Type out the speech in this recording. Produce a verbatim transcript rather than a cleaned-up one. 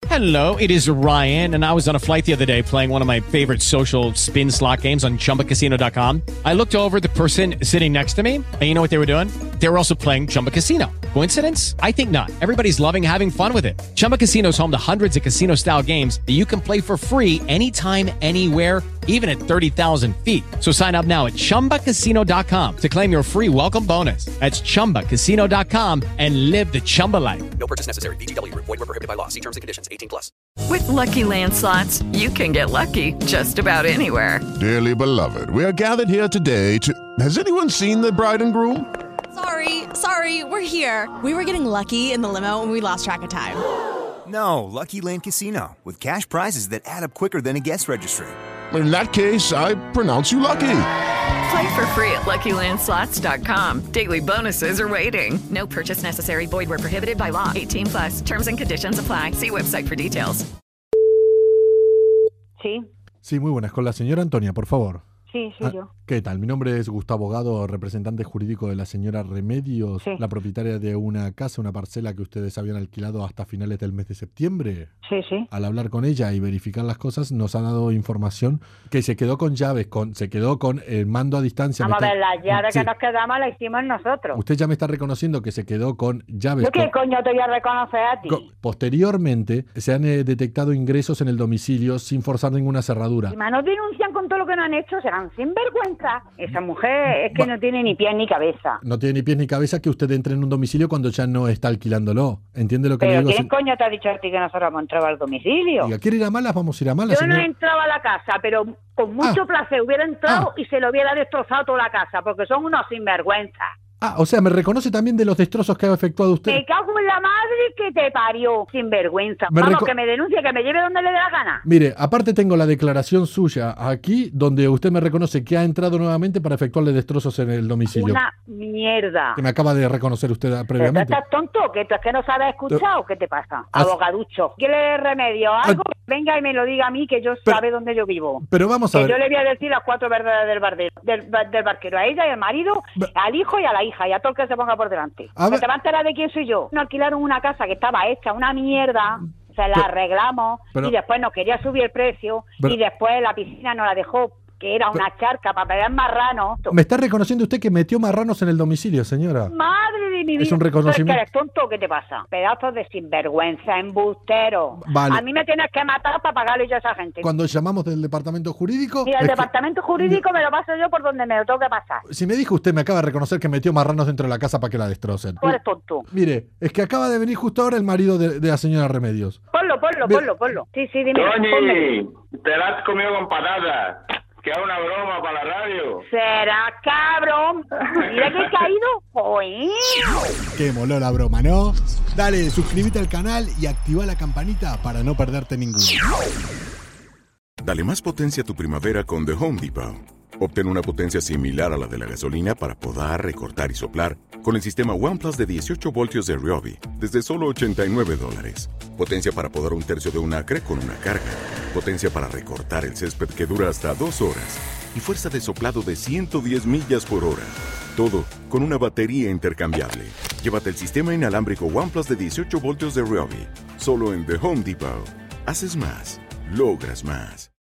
Hello, it is Ryan, and I was on a flight the other day playing one of my favorite social spin slot games on Chumba Casino dot com. I looked over at the person sitting next to me, and you know what they were doing? They were also playing Chumba Casino. Coincidence? I think not. Everybody's loving having fun with it. Chumba Casino is home to hundreds of casino-style games that you can play for free anytime, anywhere, even at thirty thousand feet. So sign up now at Chumba Casino dot com to claim your free welcome bonus. That's Chumba Casino dot com and live the Chumba life. No purchase necessary. V G W. Void where prohibited by law. See terms and conditions. eighteen plus. With Lucky Land Slots, you can get lucky just about anywhere. Dearly beloved, we are gathered here today to... Has anyone seen the bride and groom? Sorry, sorry, we're here. We were getting lucky in the limo and we lost track of time. No, Lucky Land Casino, with cash prizes that add up quicker than a guest registry. In that case, I pronounce you lucky. Play for free at Lucky Land Slots dot com. Daily bonuses are waiting. No purchase necessary. Void where prohibited by law. eighteen plus. Terms and conditions apply. See website for details. Sí. Sí, muy buenas. Con la señora Antonia, por favor. Sí, soy Ah, yo. ¿Qué tal? Mi nombre es Gustavo Gado, representante jurídico de la señora Remedios, Sí. la propietaria de una casa, una parcela que ustedes habían alquilado hasta finales del mes de septiembre. Sí, sí. Al hablar con ella y verificar las cosas, nos ha dado información que se quedó con llaves, con, se quedó con el mando a distancia. Vamos Me a ver, está- las llaves Sí. que nos quedamos las hicimos nosotros. Usted ya me está reconociendo que se quedó con llaves. ¿Yo qué con- coño te voy a reconocer a ti? con- Posteriormente, se han eh, detectado ingresos en el domicilio sin forzar ninguna cerradura. Si más nos denuncian con todo lo que nos han hecho, serán sinvergüenza. Esa mujer es que Va- no tiene ni pies ni cabeza. No tiene ni pies ni cabeza que usted entre en un domicilio cuando ya no está alquilándolo. ¿Entiende lo que le Pero digo? ¿quién Sí. coño te ha dicho a ti que nosotros hemos entrado al domicilio? Diga, ¿quiere ir a malas? Vamos a ir a malas, Yo no señor. he entrado a la casa, pero con mucho Ah. placer hubiera entrado Ah. y se lo hubiera destrozado toda la casa, porque son unos sinvergüenzas. Ah, o sea, me reconoce también de los destrozos que ha efectuado usted. Me cago en la madre que te parió, sinvergüenza. Me Vamos, reco- que me denuncie, que me lleve donde le dé la gana. Mire, aparte tengo la declaración suya aquí, donde usted me reconoce que ha entrado nuevamente para efectuarle destrozos en el domicilio. Una mierda. Que me acaba de reconocer usted ¿Pero previamente. estás tonto? ¿Que tú es que no sabes escuchar o qué te pasa? Has- Abogaducho. ¿Quiere remedio? Algo que venga y me lo diga a mí, que yo Pero- sabe dónde yo vivo. Pero vamos a Que ver. yo le voy a decir las cuatro verdades del, barde- del, ba- del barquero, a ella y al marido, Ba- al hijo y a la hija, y a todo el que se ponga por delante. A ¿Se ver- te va a enterar de quién soy yo? Nos alquilaron una casa que estaba hecha una mierda, se la Pero- arreglamos, pero- y después nos quería subir el precio, Pero- y después la piscina nos la dejó, que era una charca para pegar marranos. Me está reconociendo usted que metió marranos en el domicilio, señora. Madre de mi vida. Es un reconocimiento. ¿Tú eres tonto o qué te pasa? Pedazos de sinvergüenza, embustero. Vale. A mí me tienes que matar para pagarle yo a esa gente. Cuando llamamos del departamento jurídico... Mira, el es que- departamento jurídico me lo paso yo por donde me lo tengo que pasar. Si me dijo usted, me acaba de reconocer que metió marranos dentro de la casa para que la destrocen. Tú eres tonto. Mire, es que acaba de venir justo ahora el marido de, de la señora Remedios. Ponlo, ponlo, Mira- ponlo, ponlo. Sí, sí, dime. ponme. Tony, te la has comido con patatas. Que es una broma para la radio. Será cabrón. Mira que he caído. Joder. Qué moló la broma, ¿no? Dale, suscríbete al canal y activa la campanita para no perderte ninguno. Dale más potencia a tu primavera con The Home Depot. Obtén una potencia similar a la de la gasolina para podar, recortar y soplar con el sistema OnePlus de dieciocho voltios de Ryobi desde solo ochenta y nueve dólares. Potencia para podar un tercio de un acre con una carga. Potencia para recortar el césped que dura hasta dos horas. Y fuerza de soplado de ciento diez millas por hora. Todo con una batería intercambiable. Llévate el sistema inalámbrico OnePlus de dieciocho voltios de Ryobi. Solo en The Home Depot. Haces más. Logras más.